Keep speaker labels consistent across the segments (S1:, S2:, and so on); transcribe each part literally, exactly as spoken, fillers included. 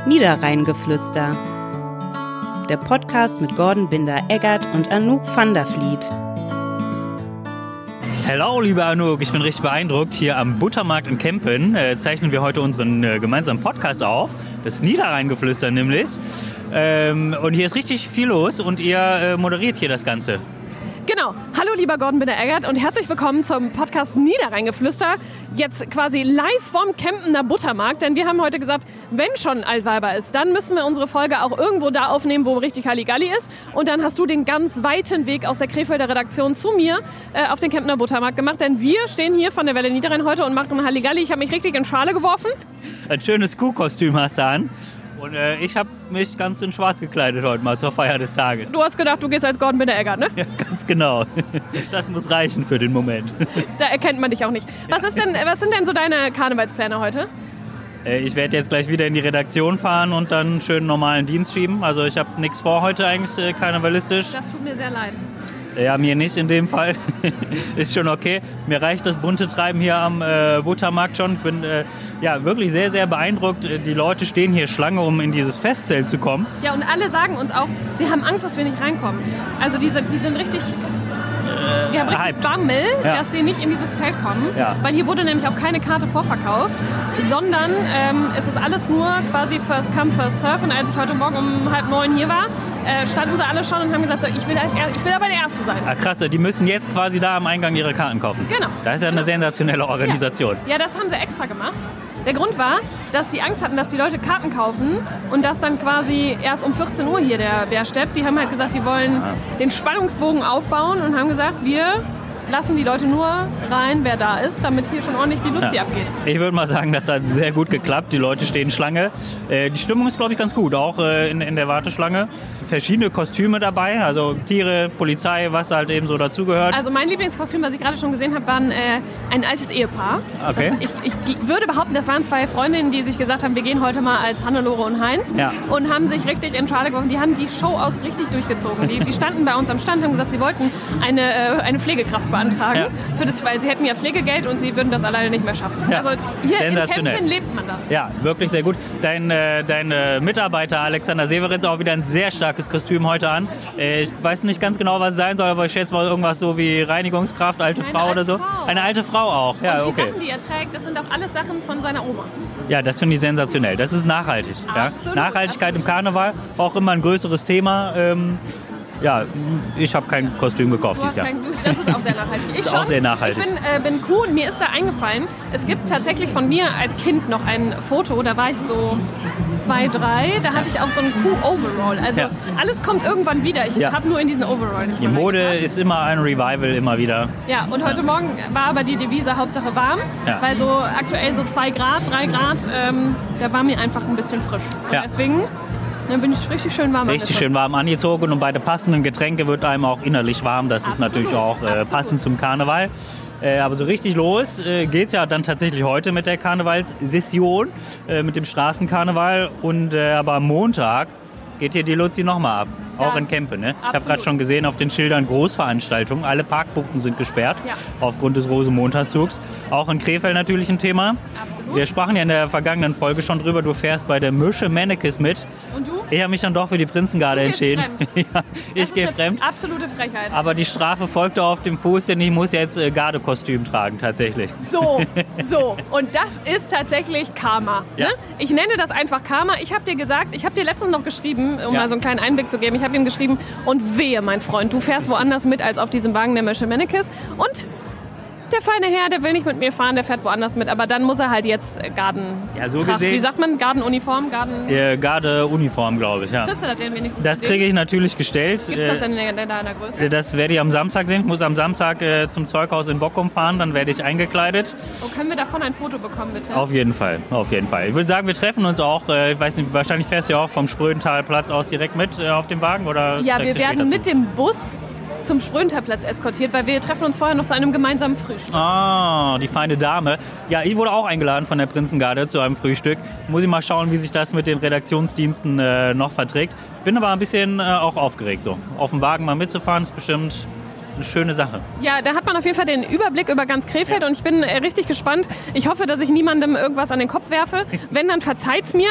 S1: Niederrheingeflüster. Der Podcast mit Gordon Binder-Eggert und Anouk van der Vliet.
S2: Hallo, liebe Anouk, ich bin richtig beeindruckt. Hier am Buttermarkt in Kempen äh, zeichnen wir heute unseren äh, gemeinsamen Podcast auf. Das Niederrheingeflüster nämlich. Ähm, und hier ist richtig viel los und ihr äh, moderiert hier das Ganze.
S3: Genau. Hallo, lieber Gordon Binder-Eggert und herzlich willkommen zum Podcast Niederrheingeflüster. Jetzt quasi live vom Kempener Buttermarkt, denn wir haben heute gesagt, wenn schon Altweiber ist, dann müssen wir unsere Folge auch irgendwo da aufnehmen, wo richtig Halligalli ist. Und dann hast du den ganz weiten Weg aus der Krefelder Redaktion zu mir äh, auf den Kempener Buttermarkt gemacht, denn wir stehen hier von der Welle Niederrhein heute und machen Halligalli. Ich habe mich richtig in Schale geworfen.
S2: Ein schönes Kuhkostüm hast du an. Und äh, ich habe mich ganz in schwarz gekleidet heute mal zur Feier des Tages.
S3: Du hast gedacht, du gehst als Gordon Binder-Eggert, ne?
S2: Ja, ganz genau. Das muss reichen für den Moment.
S3: Da erkennt man dich auch nicht. Was, ist denn, was sind denn so deine Karnevalspläne heute?
S2: Äh, ich werde jetzt gleich wieder in die Redaktion fahren und dann einen schönen normalen Dienst schieben. Also ich habe nichts vor heute eigentlich äh, karnevalistisch.
S3: Das tut mir sehr leid.
S2: Ja, mir nicht in dem Fall. Ist schon okay. Mir reicht das bunte Treiben hier am äh, Buttermarkt schon. Ich bin äh, ja, wirklich sehr, sehr beeindruckt. Die Leute stehen hier Schlange, um in dieses Festzelt zu kommen.
S3: Ja, und alle sagen uns auch, wir haben Angst, dass wir nicht reinkommen. Also die, die sind richtig... Wir haben richtig Bammel, ja. dass sie nicht in dieses Zelt kommen, ja. Weil hier wurde nämlich auch keine Karte vorverkauft, sondern ähm, es ist alles nur quasi First Come, First Serve. Und als ich heute Morgen um halb neun hier war, äh, standen sie alle schon und haben gesagt, so, ich will als er- ich will aber der Erste sein.
S2: Ah, krass, die müssen jetzt quasi da am Eingang ihre Karten kaufen.
S3: Genau.
S2: Das ist ja eine
S3: genau.
S2: sensationelle Organisation.
S3: Ja. ja, das haben sie extra gemacht. Der Grund war, dass sie Angst hatten, dass die Leute Karten kaufen und dass dann quasi erst um vierzehn Uhr hier der Bär steppt. Die haben halt gesagt, die wollen ah. den Spannungsbogen aufbauen und haben gesagt, wir lassen die Leute nur rein, wer da ist, damit hier schon ordentlich die Luzi ja. abgeht.
S2: Ich würde mal sagen, das hat sehr gut geklappt. Die Leute stehen Schlange. Äh, die Stimmung ist, glaube ich, ganz gut, auch äh, in, in der Warteschlange. Verschiedene Kostüme dabei, also Tiere, Polizei, was halt eben so dazugehört.
S3: Also mein Lieblingskostüm, was ich gerade schon gesehen habe, war ein, äh, ein altes Ehepaar.
S2: Okay.
S3: Das, ich, ich würde behaupten, das waren zwei Freundinnen, die sich gesagt haben, wir gehen heute mal als Hannelore und Heinz
S2: ja.
S3: und haben sich richtig in Schale geworfen. Die haben die Show aus richtig durchgezogen. Die, die standen bei uns am Stand und haben gesagt, sie wollten eine, äh, eine Pflegekraft beantragen, ja. für das, weil sie hätten ja Pflegegeld und sie würden das alleine nicht mehr schaffen.
S2: Ja.
S3: Also hier in Kempen lebt man das.
S2: Ja, wirklich sehr gut. Dein, äh, dein äh, Mitarbeiter Alexander Severitz auch wieder ein sehr starkes Kostüm heute an. Äh, ich weiß nicht ganz genau, was es sein soll, aber ich schätze mal irgendwas so wie Reinigungskraft, alte
S3: Eine
S2: Frau
S3: alte
S2: oder so.
S3: Frau.
S2: Eine alte Frau auch. Ja,
S3: und die
S2: okay.
S3: Sachen, die er trägt, das sind auch alles Sachen von seiner Oma.
S2: Ja, das finde ich sensationell. Das ist nachhaltig. Ja?
S3: Absolut,
S2: Nachhaltigkeit
S3: absolut.
S2: im Karneval, auch immer ein größeres Thema. Ähm, ja, ich habe kein Kostüm gekauft dieses Jahr.
S3: Kein, das ist auch sehr nachhaltig. Ich
S2: ist
S3: schon.
S2: auch sehr nachhaltig.
S3: Ich bin, äh, bin Kuh und mir ist da eingefallen, es gibt tatsächlich von mir als Kind noch ein Foto, da war ich so zwei, drei, da hatte ich auch so einen Kuh-Overall. Also
S2: ja.
S3: alles kommt irgendwann wieder. Ich
S2: ja.
S3: habe nur in diesen Overall nicht
S2: Die
S3: mehr
S2: Mode
S3: reingepasst.
S2: ist immer ein Revival, immer wieder.
S3: Ja, und heute Morgen war aber die Devise Hauptsache warm,
S2: Ja.
S3: weil so aktuell so zwei Grad, drei Grad, ähm, da war mir einfach ein bisschen frisch. Und
S2: Ja.
S3: deswegen dann bin ich richtig schön warm
S2: Richtig
S3: angezogen.
S2: schön warm angezogen und bei den passenden Getränke wird einem auch innerlich warm. Das ist
S3: Absolut,
S2: natürlich auch äh,
S3: absolut.
S2: passend zum Karneval. Äh, aber so richtig los äh, geht es ja dann tatsächlich heute mit der Karnevalssession, äh, mit dem Straßenkarneval. Und äh, aber am Montag geht hier die Luzi nochmal ab.
S3: Ja,
S2: auch in Kempen. Ne? Ich habe
S3: absolut.
S2: gerade schon gesehen auf den Schildern Großveranstaltungen. Alle Parkbuchten sind gesperrt
S3: Ja.
S2: aufgrund des Rosenmontagszugs. Auch in Krefeld natürlich ein Thema.
S3: Absolut.
S2: Wir sprachen ja in der vergangenen Folge schon drüber. Du fährst bei der Mische Mannekes mit.
S3: Und du?
S2: Ich habe mich dann doch für die Prinzengarde
S3: Du gehst
S2: entschieden.
S3: fremd.
S2: ja, ich
S3: Das
S2: gehe
S3: ist eine
S2: fremd.
S3: absolute Frechheit.
S2: Aber die Strafe folgte auf dem Fuß, denn ich muss jetzt äh, Gardekostüm tragen, tatsächlich.
S3: So, so. Und das ist tatsächlich Karma.
S2: Ja.
S3: Ne? Ich nenne das einfach Karma. Ich habe dir gesagt, ich habe dir letztens noch geschrieben, um
S2: Ja.
S3: mal so einen kleinen Einblick zu geben, ich habe ihm geschrieben, und wehe, mein Freund, du fährst woanders mit als auf diesem Wagen der Mische Mannekes. Und der feine Herr, der will nicht mit mir fahren, der fährt woanders mit. Aber dann muss er halt jetzt Garden
S2: Ja, so
S3: tragen.
S2: gesehen-
S3: Wie sagt man? Gardenuniform? Garden...
S2: Äh, Garde-Uniform, glaube ich, ja.
S3: Kriegst du das denn wenigstens?
S2: Das kriege ich natürlich gestellt.
S3: Gibt es das denn in deiner Größe?
S2: Äh, Das werde ich am Samstag sehen. Ich muss am Samstag äh, zum Zeughaus in Bockum fahren, dann werde ich eingekleidet.
S3: Oh, können wir davon ein Foto bekommen, bitte?
S2: Auf jeden Fall, auf jeden Fall. Ich würde sagen, wir treffen uns auch, äh, ich weiß nicht, wahrscheinlich fährst du ja auch vom Sprödentalplatz aus direkt mit äh, auf dem Wagen, oder?
S3: Ja,
S2: steigst
S3: wir
S2: du
S3: werden
S2: später
S3: mit
S2: zu?
S3: dem Bus zum Sprönterplatz eskortiert, weil wir treffen uns vorher noch zu einem gemeinsamen Frühstück.
S2: Ah, die feine Dame. Ja, ich wurde auch eingeladen von der Prinzengarde zu einem Frühstück. Muss ich mal schauen, wie sich das mit den Redaktionsdiensten äh, noch verträgt. Bin aber ein bisschen äh, auch aufgeregt. So. Auf dem Wagen mal mitzufahren ist bestimmt eine schöne Sache.
S3: Ja, da hat man auf jeden Fall den Überblick über ganz Krefeld und ich bin äh, richtig gespannt. Ich hoffe, dass ich niemandem irgendwas an den Kopf werfe. Wenn, dann verzeiht's mir.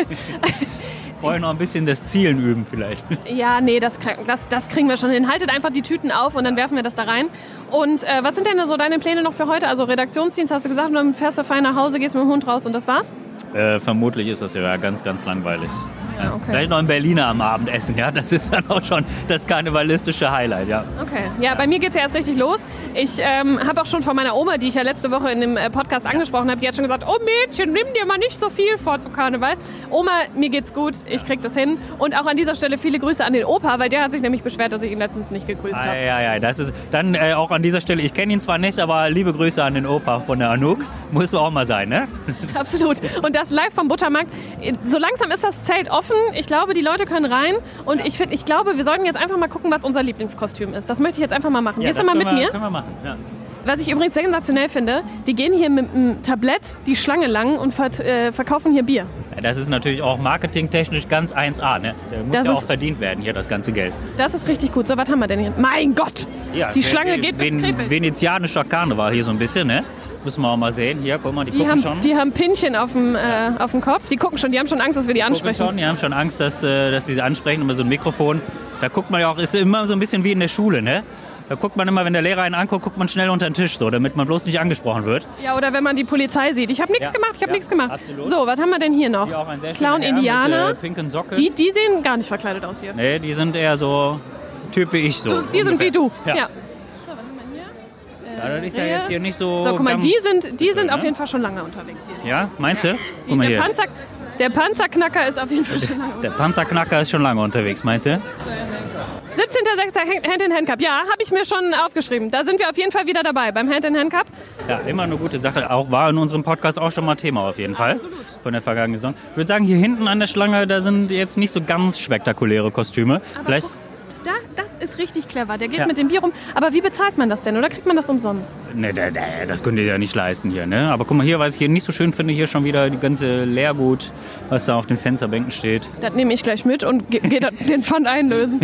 S2: Vorher noch ein bisschen das Zielen üben vielleicht.
S3: Ja, nee, das, das, das kriegen wir schon hin. Haltet einfach die Tüten auf und dann werfen wir das da rein. Und äh, was sind denn so deine Pläne noch für heute? Also Redaktionsdienst hast du gesagt, und dann fährst du fein nach Hause, gehst mit dem Hund raus und das war's?
S2: Äh, vermutlich ist das ja ganz, ganz langweilig.
S3: Ja, okay.
S2: Vielleicht noch ein Berliner am Abendessen, ja. Das ist dann auch schon das karnevalistische Highlight, ja.
S3: Okay. Ja, bei mir geht's ja erst richtig los. Ich ähm, habe auch schon von meiner Oma, die ich ja letzte Woche in dem äh, Podcast angesprochen habe, die hat schon gesagt, oh Mädchen, nimm dir mal nicht so viel vor zu Karneval. Oma, mir geht's gut, ich krieg das hin. Und auch an dieser Stelle viele Grüße an den Opa, weil der hat sich nämlich beschwert, dass ich ihn letztens nicht gegrüßt habe.
S2: Ja, ja, ja, das ist dann äh, auch an dieser Stelle, ich kenne ihn zwar nicht, aber liebe Grüße an den Opa von der Anouk. Muss auch mal sein, ne?
S3: Absolut. Und das live vom Buttermarkt. So langsam ist das Zelt offen. Ich glaube, die Leute können rein. Und ich, find, ich glaube, wir sollten jetzt einfach mal gucken, was unser Lieblingskostüm ist. Das möchte ich jetzt einfach mal machen.
S2: Ja,
S3: Gehst du mal mit
S2: wir,
S3: mir?
S2: Können wir machen, ja.
S3: Was ich übrigens sensationell finde, die gehen hier mit einem Tablett die Schlange lang und ver äh, verkaufen hier Bier.
S2: Ja, das ist natürlich auch marketingtechnisch ganz eins A, ne? Da muss
S3: das
S2: ja
S3: ist,
S2: auch verdient werden, hier das ganze Geld.
S3: Das ist richtig gut. So, was haben wir denn hier? Mein Gott!
S2: Ja,
S3: die Schlange
S2: ven
S3: geht bis Krefeld.
S2: Venezianischer Karneval hier so ein bisschen, ne? Müssen wir auch mal sehen. Hier, guck mal, die,
S3: die
S2: gucken
S3: haben,
S2: schon.
S3: Die haben Pinchen auf dem, äh, auf dem Kopf. Die gucken schon, die haben schon Angst, dass wir die ansprechen.
S2: Schon, die haben schon Angst, dass, äh, dass wir sie ansprechen über so ein Mikrofon. Da guckt man ja auch, ist immer so ein bisschen wie in der Schule, ne? Da guckt man immer, wenn der Lehrer einen anguckt, guckt man schnell unter den Tisch, so, damit man bloß nicht angesprochen wird.
S3: Ja, oder wenn man die Polizei sieht. Ich habe nichts
S2: ja,
S3: gemacht, ich habe
S2: ja,
S3: nichts gemacht.
S2: Absolut.
S3: So, was haben wir denn hier noch?
S2: Hier auch ein sehr
S3: Clown
S2: schöner Herr
S3: Indianer.
S2: mit, äh, pinken Socke.
S3: Die, die sehen gar nicht verkleidet aus hier.
S2: Nee, die sind eher so Typ wie ich. So,
S3: du, die sind wie du.
S2: Ja.
S3: ja.
S2: So, was haben wir hier? Ja, das ist ja jetzt hier nicht so.
S3: So, guck mal,
S2: ganz
S3: die sind, die sind
S2: ne?
S3: auf jeden Fall schon lange unterwegs hier.
S2: Ja, meinst du?
S3: Die,
S2: Guck mal
S3: der,
S2: hier.
S3: Panzer, der Panzerknacker ist auf jeden Fall schon lange
S2: Der
S3: unterwegs.
S2: Panzerknacker ist schon lange unterwegs, meinst du?
S3: siebzehnter sechster Hand-in-Hand-Cup. Ja, habe ich mir schon aufgeschrieben. Da sind wir auf jeden Fall wieder dabei beim Hand-in-Hand-Cup.
S2: Ja, immer eine gute Sache. Auch war in unserem Podcast auch schon mal Thema auf jeden Fall.
S3: Absolut.
S2: Von der vergangenen Saison. Ich würde sagen, hier hinten an der Schlange, da sind jetzt nicht so ganz spektakuläre Kostüme.
S3: Aber
S2: Vielleicht.
S3: guck, da, das ist richtig clever. Der geht
S2: Ja.
S3: mit dem Bier rum. Aber wie bezahlt man das denn? Oder kriegt man das umsonst?
S2: Ne, ne, ne, das könnt ihr ja nicht leisten hier, ne? Aber guck mal hier, was ich hier nicht so schön finde, hier schon wieder die ganze Leergut, was da auf den Fensterbänken steht.
S3: Das nehme ich gleich mit und gehe ge den Pfand einlösen.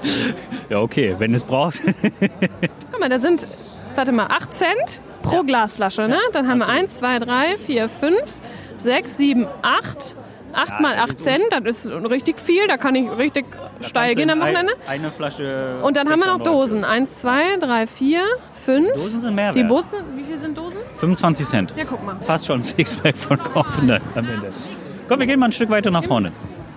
S2: Ja, okay, wenn du es brauchst.
S3: Guck mal, da sind, warte mal, acht Cent pro
S2: Ja.
S3: Glasflasche, ne? Dann haben wir eins, zwei, drei, vier, fünf, sechs, sieben, acht. acht
S2: Ja,
S3: mal
S2: das
S3: acht
S2: ist
S3: Cent, das ist richtig viel. Da kann ich richtig steil gehen am Wochenende.
S2: Ein, eine Flasche.
S3: Und dann haben wir noch
S2: sechs Euro.
S3: Dosen. Eins, zwei, drei, vier, fünf.
S2: Dosen sind mehr
S3: Die
S2: wert.
S3: Dosen, wie viel sind Dosen?
S2: fünfundzwanzig Cent.
S3: Ja, guck mal.
S2: Fast schon ein Sixpack von kaufen dann am Ende. Komm, wir gehen mal ein Stück weiter nach vorne.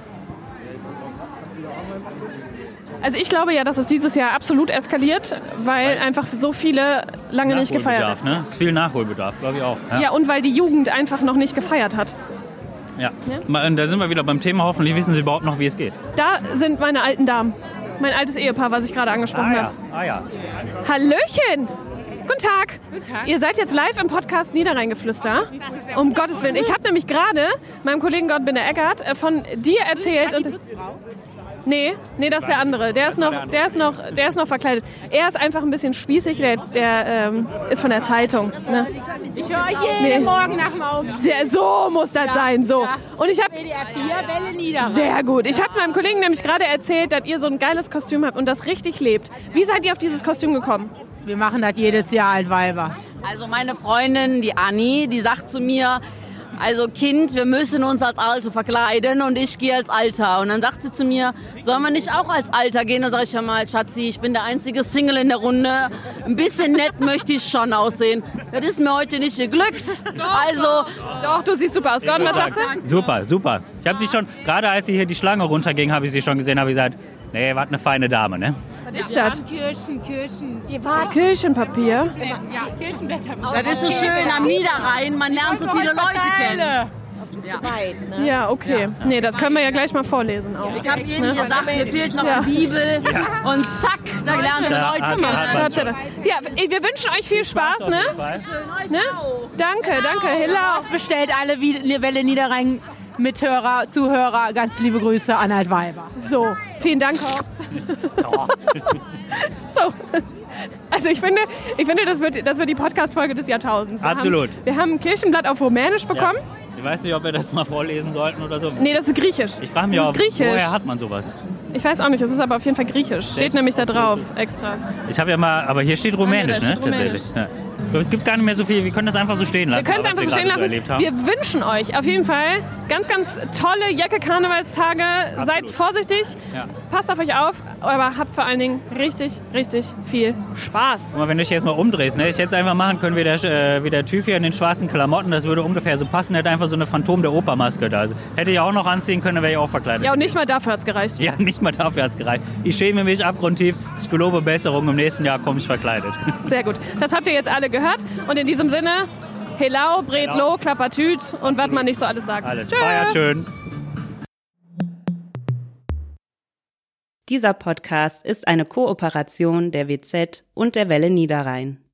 S3: Also ich glaube ja, dass es dieses Jahr absolut eskaliert, weil einfach so viele lange nicht gefeiert
S2: Nachholbedarf,
S3: haben.
S2: ne? Es ist viel Nachholbedarf, glaube ich auch. Ja.
S3: Ja, und weil die Jugend einfach noch nicht gefeiert hat.
S2: Ja. Mal, Da sind wir wieder beim Thema. Hoffentlich wissen Sie überhaupt noch, wie es geht.
S3: Da sind meine alten Damen. Mein altes Ehepaar, was ich gerade angesprochen
S2: Ah ja,
S3: habe.
S2: ah ja.
S3: Hallöchen! Guten Tag. Guten Tag. Ihr seid jetzt live im Podcast Niederrheingeflüster. Um Gottes Willen. Ich habe nämlich gerade meinem Kollegen Gott Binder Eggert äh, von dir erzählt. Und nee, nee, das ist der andere. Der ist noch, der ist noch, der ist noch verkleidet. Er ist einfach ein bisschen spießig. Der, der ähm, ist von der Zeitung. Ne?
S4: Ich höre euch jeden
S3: Nee.
S4: Morgen nach dem Aufstehen.
S3: Sehr, so muss das sein. So.
S4: ja.
S3: Und ich habe
S4: D D R vier, Welle Niederrhein.
S3: Sehr gut. Ich habe meinem Kollegen nämlich gerade erzählt, dass ihr so ein geiles Kostüm habt und das richtig lebt. Wie seid ihr auf dieses Kostüm gekommen?
S4: Wir machen das jedes Jahr, Altweiber.
S5: Also meine Freundin, die Anni, die sagt zu mir, also Kind, wir müssen uns als Alte verkleiden und ich gehe als Alter. Und dann sagt sie zu mir, sollen wir nicht auch als Alter gehen? Dann sage ich ja mal, Schatzi, ich bin der einzige Single in der Runde. Ein bisschen nett möchte ich schon aussehen. Das ist mir heute nicht geglückt. Also,
S3: Doch, du siehst super aus. Gordon, was sagst du?
S2: Super, super. Ich habe sie schon, gerade als sie hier die Schlange runterging, habe ich sie schon gesehen, habe ich gesagt, nee, was eine feine Dame, ne?
S3: Was ist das?
S4: Kirchen, Kirchen. Ihr
S3: Kirchenpapier.
S4: Ja, Kirchenblätter.
S5: das ist so schön am Niederrhein, man lernt so viele Leute kennen.
S3: Ja, okay. Nee, das können wir ja gleich mal vorlesen auch.
S5: Ich habe ihnen gesagt, mir fehlt noch
S3: Ja.
S5: eine Bibel und zack, da lernen sie
S2: Da
S5: Leute
S2: hat-
S5: kennen.
S2: hat man
S3: Habt ihr das? Ja, wir wünschen euch viel Spaß, ne? ne? Danke, danke, Hilla.
S4: Bestellt alle Wie- Welle Niederrhein Mithörer, Zuhörer, ganz liebe Grüße an Altweiber.
S3: So, vielen Dank, Horst. So. Also ich finde, ich finde das, wird, das wird die Podcast-Folge des Jahrtausends. Wir
S2: Absolut.
S3: Haben, wir haben ein Kirchenblatt auf Rumänisch bekommen.
S2: Ich weiß nicht, ob wir das mal vorlesen sollten oder so.
S3: Nee, das ist griechisch.
S2: Ich frage mich
S3: das
S2: auch,
S3: ist griechisch.
S2: woher hat man sowas?
S3: Ich weiß auch nicht, es ist aber auf jeden Fall griechisch. Steht nämlich da drauf, extra.
S2: Ich habe ja mal, aber hier steht Rumänisch,
S3: Ah, ja, da
S2: ne?
S3: steht Rumänisch.
S2: Tatsächlich. Ja. Es gibt gar nicht mehr so viel, wir können das einfach so stehen lassen.
S3: Wir können es
S2: was
S3: einfach so stehen
S2: gerade
S3: lassen.
S2: erlebt haben.
S3: Wir wünschen euch auf jeden Fall ganz, ganz tolle Jacke-Karnevalstage. Seid vorsichtig,
S2: Ja.
S3: passt auf euch auf, aber habt vor allen Dingen richtig, richtig viel Spaß.
S2: Guck mal, wenn du dich jetzt mal umdrehst, ne? Ich hätte es einfach machen können wie der, äh, wie der Typ hier in den schwarzen Klamotten, das würde ungefähr so passen, der hätte einfach so eine Phantom der Oper-Maske da. Also, hätte ich auch noch anziehen können, dann wäre ich auch verkleidet.
S3: Ja, und nicht
S2: gewesen.
S3: mal dafür hat es gereicht.
S2: Ja, nicht mal dafür hat es gereicht. Ich schäme mich abgrundtief, ich gelobe Besserung, im nächsten Jahr komme ich verkleidet.
S3: Sehr gut. Das habt ihr jetzt alle gehört. Und in diesem Sinne, Helau, Bredlo, Klappertüt und was man nicht so alles sagt.
S2: Alles,
S3: Tschö.
S2: feiert schön.
S1: Dieser Podcast ist eine Kooperation der W Z und der Welle Niederrhein.